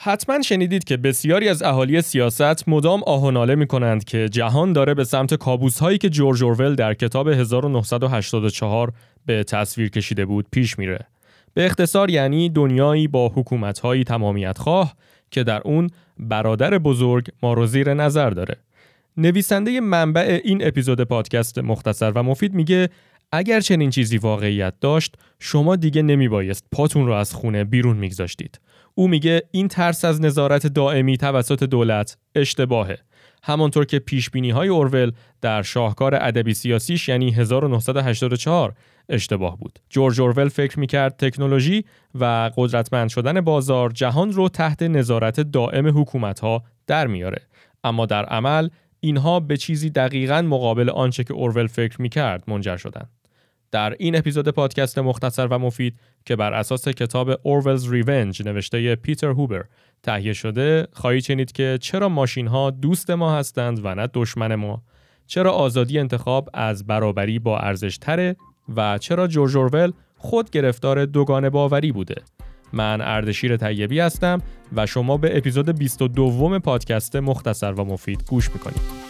حتما شنیدید که بسیاری از اهالی سیاست مدام آه و ناله می‌کنند که جهان داره به سمت کابوس‌هایی که جورج اورول در کتاب 1984 به تصویر کشیده بود پیش میره. به اختصار یعنی دنیایی با حکومت‌های تمامیت‌خواه که در اون برادر بزرگ ما رو زیر نظر داره. نویسنده منبع این اپیزود پادکست مختصر و مفید میگه اگر چنین چیزی واقعیت داشت شما دیگه نمیبایست پاتون رو از خونه بیرون میگذاشتید. او میگه این ترس از نظارت دائمی توسط دولت اشتباهه. همانطور که پیشبینی‌های اورول در شاهکار ادبی سیاسیش یعنی 1984 اشتباه بود. جورج اورول فکر میکرد تکنولوژی و قدرتمند شدن بازار جهان رو تحت نظارت دائم حکومت‌ها در میاره. اما در عمل اینها به چیزی دقیقاً مقابل آنچه که اورول فکر میکرد منجر شدند. در این اپیزود پادکست مختصر و مفید که بر اساس کتاب اورولز ریونج نوشته پیتر هوبر تهیه شده، خواهید شنید که چرا ماشین‌ها دوست ما هستند و نه دشمن ما، چرا آزادی انتخاب از برابری با ارزش تره و چرا جورج اورول خود گرفتار دوگانه باوری بوده. من اردشیر طیبی هستم و شما به اپیزود 22 پادکست مختصر و مفید گوش میکنید.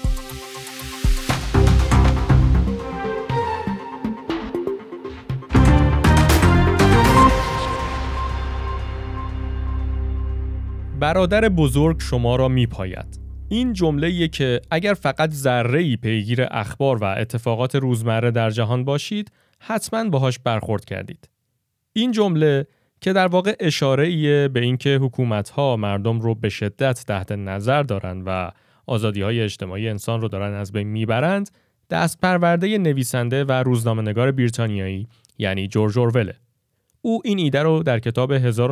برادر بزرگ شما را میپاید. این جمله‌ایه که اگر فقط ذره‌ای پیگیر اخبار و اتفاقات روزمره در جهان باشید، حتماً باهاش برخورد کردید. این جمله که در واقع اشاره‌ایه به اینکه حکومت‌ها مردم رو به شدت تحت نظر دارن و آزادی‌های اجتماعی انسان رو دارن از بین میبرند، دست پرورده نویسنده و روزنامه‌نگار بریتانیایی یعنی جورج اورول. او این ایده رو در کتاب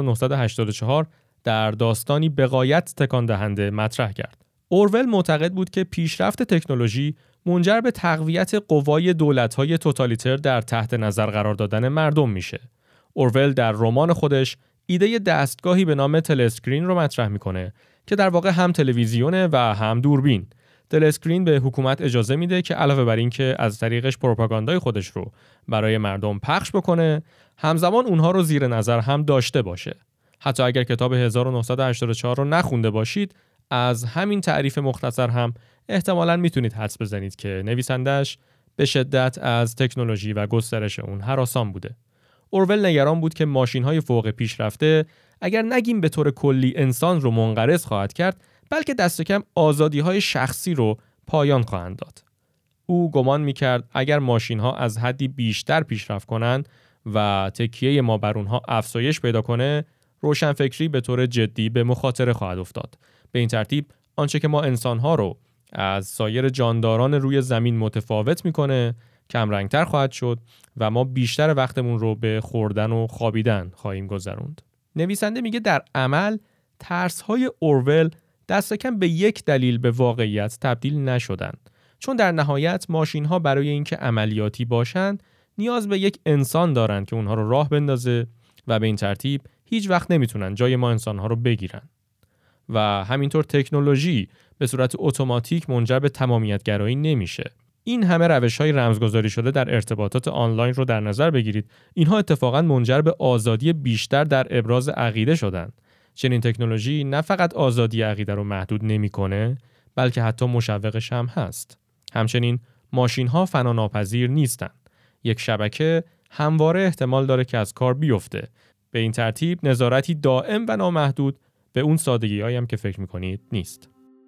1984 در داستانی بغایت تکان دهنده مطرح کرد. اورول معتقد بود که پیشرفت تکنولوژی منجر به تقویت قوای دولت‌های توتالیتر در تحت نظر قرار دادن مردم میشه. اورول در رمان خودش ایده دستگاهی به نام تلسکرین رو مطرح میکنه که در واقع هم تلویزیونه و هم دوربین. تلسکرین به حکومت اجازه میده که علاوه بر این که از طریقش پروپاگاندای خودش رو برای مردم پخش بکنه، همزمان اونها رو زیر نظر هم داشته باشه. حتی اگر کتاب 1984 رو نخونده باشید، از همین تعریف مختصر هم احتمالاً میتونید حدس بزنید که نویسندش به شدت از تکنولوژی و گسترش اون هراسان بوده. اورول نگران بود که ماشین‌های فوق پیشرفته اگر نگیم به طور کلی انسان رو منقرض خواهد کرد، بلکه دست کم آزادی‌های شخصی رو پایان خواهند داد. او گمان می‌کرد اگر ماشین‌ها از حدی بیشتر پیشرفت کنند و تکیه ما بر اونها افزایش پیدا کنه، روشنفکری به طور جدی به مخاطره خواهد افتاد. به این ترتیب آنچه که ما انسان‌ها رو از سایر جانداران روی زمین متفاوت می‌کنه، کم رنگتر خواهد شد و ما بیشتر وقتمون رو به خوردن و خوابیدن خواهیم گذروند. نویسنده میگه در عمل ترس‌های اورول دست کم به یک دلیل به واقعیت تبدیل نشدن، چون در نهایت ماشین‌ها برای اینکه عملیاتی باشند نیاز به یک انسان دارند که اونها رو راه بندازه و به این ترتیب هیچ وقت نمیتونن جای ما انسان‌ها رو بگیرن. و همینطور تکنولوژی به صورت اتوماتیک منجر به تمامیت‌گرایی نمیشه. این همه روش‌های رمزگذاری شده در ارتباطات آنلاین رو در نظر بگیرید. اینها اتفاقاً منجر به آزادی بیشتر در ابراز عقیده شدن. چنین تکنولوژی نه فقط آزادی عقیده رو محدود نمی‌کنه، بلکه حتی مشوقش هم هست. همچنین ماشین‌ها فناناپذیر نیستند. یک شبکه همواره احتمال داره که از کار بیفته. به این ترتیب نظارتی دائم و نامحدود به اون سادگی‌هایی هم که فکر می‌کنید نیست.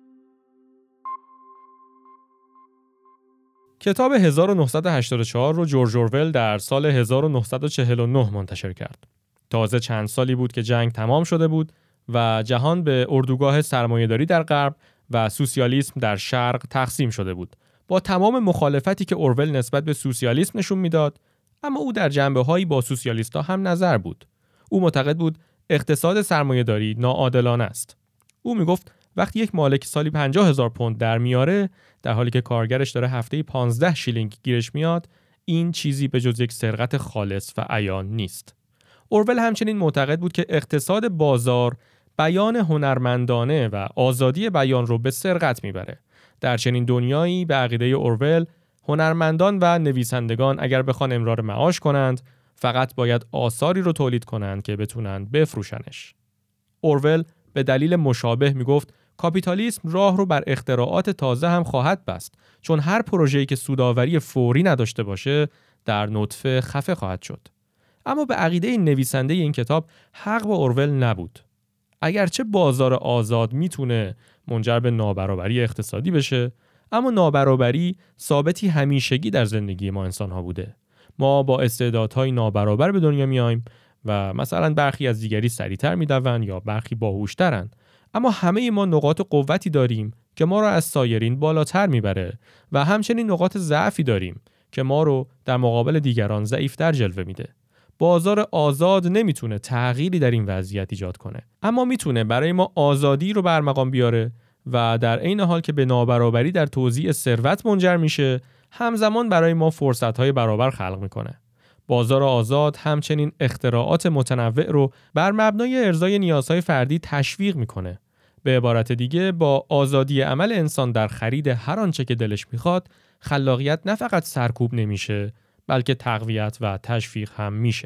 کتاب 1984 رو جورج اورول در سال 1949 منتشر کرد. تازه چند سالی بود که جنگ تمام شده بود و جهان به اردوگاه سرمایه‌داری در غرب و سوسیالیسم در شرق تقسیم شده بود. با تمام مخالفتی که اورول نسبت به سوسیالیسم نشون میداد، اما او در جنبه‌هایی با سوسیالیست‌ها هم نظر بود. او معتقد بود اقتصاد سرمایه‌داری ناعادلانه است. او میگفت وقتی یک مالک سالی 50,000 پوند در میاره در حالی که کارگرش داره هفته‌ای 15 شیلینگ گیرش میاد، این چیزی به جز یک سرقت خالص و عیان نیست. اورول همچنین معتقد بود که اقتصاد بازار بیان هنرمندانه و آزادی بیان رو به سرقت میبره. در چنین دنیایی به عقیده اورول هنرمندان و نویسندگان اگر بخوان امرار معاش کنند، فقط باید آثاری رو تولید کنند که بتونن بفروشنش. اورول به دلیل مشابه میگفت کاپیتالیسم راه رو بر اختراعات تازه هم خواهد بست، چون هر پروژه‌ای که سودآوری فوری نداشته باشه در نطفه خفه خواهد شد. اما به عقیده نویسنده این کتاب حق با اورول نبود. اگرچه بازار آزاد میتونه منجر به نابرابری اقتصادی بشه، اما نابرابری ثابتی همیشگی در زندگی ما انسان‌ها بوده. ما با استعدادهای نابرابر به دنیا میایم و مثلا برخی از دیگری سریعتر میدوند یا برخی باهوشترن، اما همه ما نقاط قوتی داریم که ما را از سایرین بالاتر میبره و همچنین نقاط ضعفی داریم که ما رو در مقابل دیگران ضعیف‌تر جلوه میده. بازار آزاد نمیتونه تغییری در این وضعیت ایجاد کنه، اما میتونه برای ما آزادی رو برمقام بیاره و در عین حال که به نابرابری در توزیع ثروت منجر میشه، همزمان برای ما فرصت‌های برابر خلق میکنه. بازار آزاد همچنین اختراعات متنوع رو بر مبنای ارضای نیازهای فردی تشویق میکنه. به عبارت دیگه با آزادی عمل انسان در خرید هر آنچه که دلش میخواد، خلاقیت نه فقط سرکوب نمیشه، بلکه تقویت و تشویق هم میشه.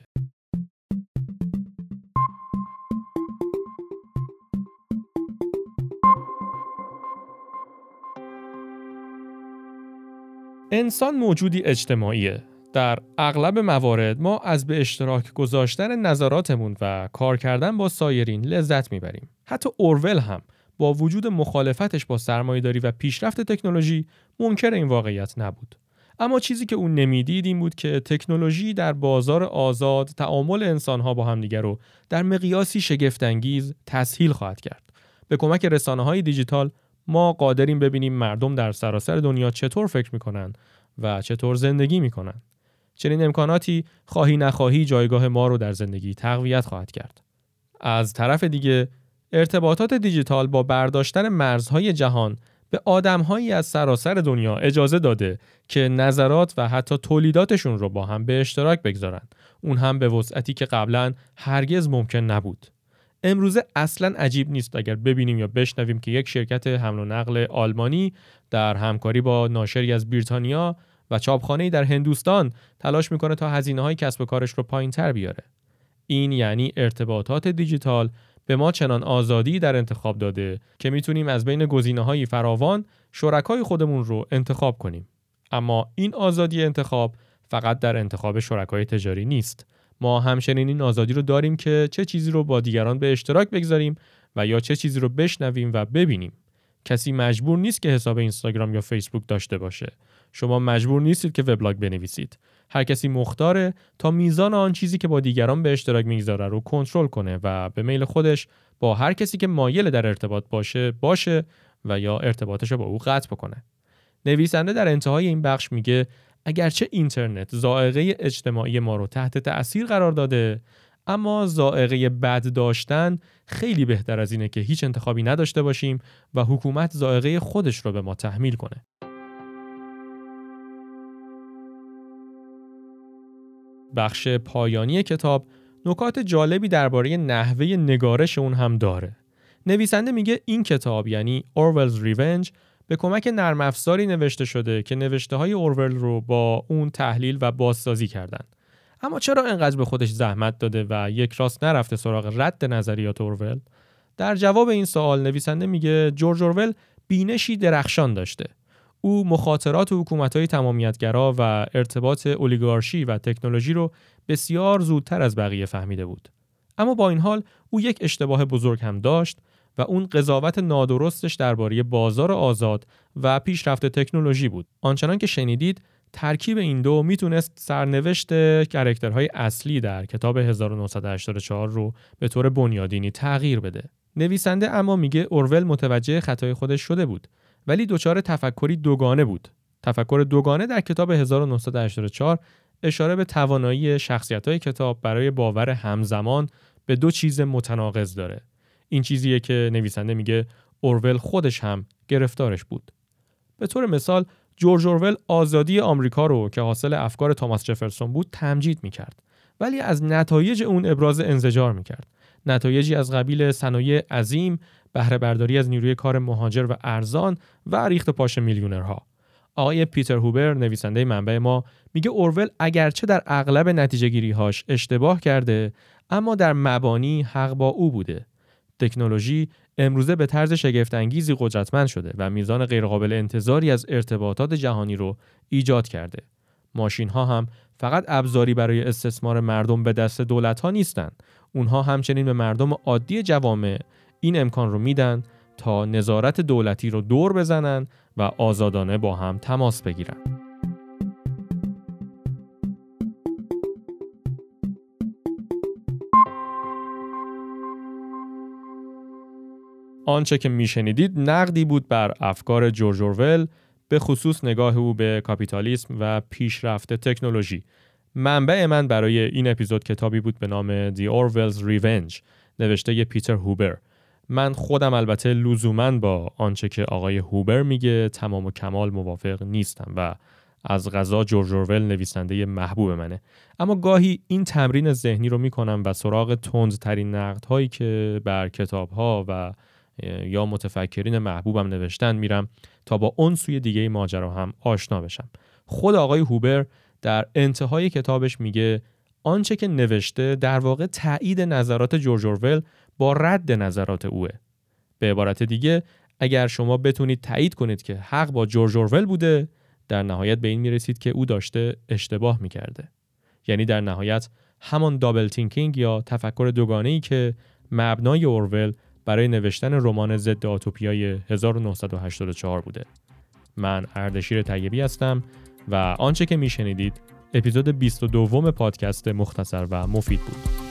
انسان موجودی اجتماعیه. در اغلب موارد ما از به اشتراک گذاشتن نظراتمون و کار کردن با سایرین لذت میبریم. حتی اورول هم با وجود مخالفتش با سرمایه‌داری و پیشرفت تکنولوژی منکر این واقعیت نبود. اما چیزی که اون نمیدید این بود که تکنولوژی در بازار آزاد تعامل انسان‌ها با همدیگر رو در مقیاسی شگفت‌انگیز تسهیل خواهد کرد. به کمک رسانه‌های دیجیتال ما قادریم ببینیم مردم در سراسر دنیا چطور فکر می‌کنن و چطور زندگی می‌کنن. چنین امکاناتی خواهی نخواهی جایگاه ما رو در زندگی تقویت خواهد کرد. از طرف دیگه ارتباطات دیجیتال با برداشتن مرزهای جهان به آدم‌هایی از سراسر دنیا اجازه داده که نظرات و حتی تولیداتشون رو با هم به اشتراک بگذارن. اون هم به وسعتی که قبلاً هرگز ممکن نبود. امروزه اصلاً عجیب نیست اگر ببینیم یا بشنویم که یک شرکت حمل و نقل آلمانی در همکاری با ناشری از بریتانیا و چاپخانه‌ای در هندوستان تلاش میکنه تا هزینه‌های کسب و کارش رو پایین‌تر بیاره. این یعنی ارتباطات دیجیتال به ما چنان آزادی در انتخاب داده که میتونیم از بین گزینه‌های فراوان شرکای خودمون رو انتخاب کنیم. اما این آزادی انتخاب فقط در انتخاب شرکای تجاری نیست. ما همچنین این آزادی رو داریم که چه چیزی رو با دیگران به اشتراک بگذاریم و یا چه چیزی رو بشنویم و ببینیم. کسی مجبور نیست که حساب اینستاگرام یا فیسبوک داشته باشه. شما مجبور نیستید که وبلاگ بنویسید. هر کسی مختاره تا میزان آن چیزی که با دیگران به اشتراک میگذاره رو کنترل کنه و به میل خودش با هر کسی که مایل در ارتباط باشه و یا ارتباطش رو با او قطع بکنه. نویسنده در انتهای این بخش میگه اگرچه اینترنت ذائقه اجتماعی ما رو تحت تأثیر قرار داده، اما ذائقه بد داشتن خیلی بهتر از اینه که هیچ انتخابی نداشته باشیم و حکومت ذائقه خودش رو به ما تحمیل کنه. بخش پایانی کتاب نکات جالبی درباره نحوه نگارش اون هم داره. نویسنده میگه این کتاب یعنی Orwell's Revenge به کمک نرم افزاری نوشته شده که نوشته‌های اورول رو با اون تحلیل و بازسازی کردن. اما چرا اینقدر به خودش زحمت داده و یک راست نرفته سراغ رد نظریات اورول؟ در جواب این سوال نویسنده میگه جورج اورول بینشی درخشان داشته. او مخاطرات حکومت‌های تمامیت‌گرا و ارتباط اولیگارشی و تکنولوژی رو بسیار زودتر از بقیه فهمیده بود. اما با این حال او یک اشتباه بزرگ هم داشت و اون قضاوت نادرستش درباره بازار آزاد و پیشرفت تکنولوژی بود. آنچنان که شنیدید ترکیب این دو میتونست سرنوشت کاراکترهای اصلی در کتاب 1984 رو به طور بنیادینی تغییر بده. نویسنده اما میگه اورول متوجه خطای خودش شده بود، ولی دچار تفکری دوگانه بود. تفکر دوگانه در کتاب 1984 اشاره به توانایی شخصیت‌های کتاب برای باور همزمان به دو چیز متناقض داره. این چیزیه که نویسنده میگه اورول خودش هم گرفتارش بود. به طور مثال جورج اورول آزادی آمریکا رو که حاصل افکار توماس جفرسون بود تمجید میکرد، ولی از نتایج اون ابراز انزجار میکرد. نتایجی از قبیل صنایع عظیم، بهره برداری از نیروی کار مهاجر و ارزان و ریخت پاش میلیونرها. آقای پیتر هوبر نویسنده منبع ما میگه اورول اگرچه در اغلب نتیجه گیری‌هاش اشتباه کرده، اما در مبانی حق با او بوده. تکنولوژی امروزه به طرز شگفت‌انگیزی قدرتمند شده و میزان غیرقابل انتظاری از ارتباطات جهانی رو ایجاد کرده. ماشین‌ها هم فقط ابزاری برای استثمار مردم به دست دولت‌ها نیستند. اونها همچنین به مردم عادی جوامع این امکان رو میدن تا نظارت دولتی رو دور بزنن و آزادانه با هم تماس بگیرن. آنچه که میشنیدید نقدی بود بر افکار جورج اورول، به خصوص نگاه او به کاپیتالیسم و پیشرفت تکنولوژی. منبع من برای این اپیزود کتابی بود به نام The Orwell's Revenge نوشته پیتر هوبر. من خودم البته لزوماً با آنچه که آقای هوبر میگه تمام و کمال موافق نیستم و از قضا جورج اورول نویسنده محبوب منه، اما گاهی این تمرین ذهنی رو میکنم و سراغ تندترین نقدهایی که بر کتاب‌ها و یا متفکرین محبوبم نوشتن میرم تا با اون سوی دیگه ماجرا هم آشنا بشم. خود آقای هوبر در انتهای کتابش میگه آنچه که نوشته در واقع تایید نظرات جورج اورول با رد نظرات اوه. به عبارت دیگه اگر شما بتونید تایید کنید که حق با جورج اورول بوده، در نهایت به این میرسید که او داشته اشتباه میکرده. یعنی در نهایت همان دابل تینکینگ یا تفکر دوگانه‌ای که مبنای اورول برای نوشتن رمان ضد آتوپیای 1984 بوده. من اردشیر طیبی هستم و آنچه که میشنیدید اپیزود 22 پادکست مختصر و مفید بود.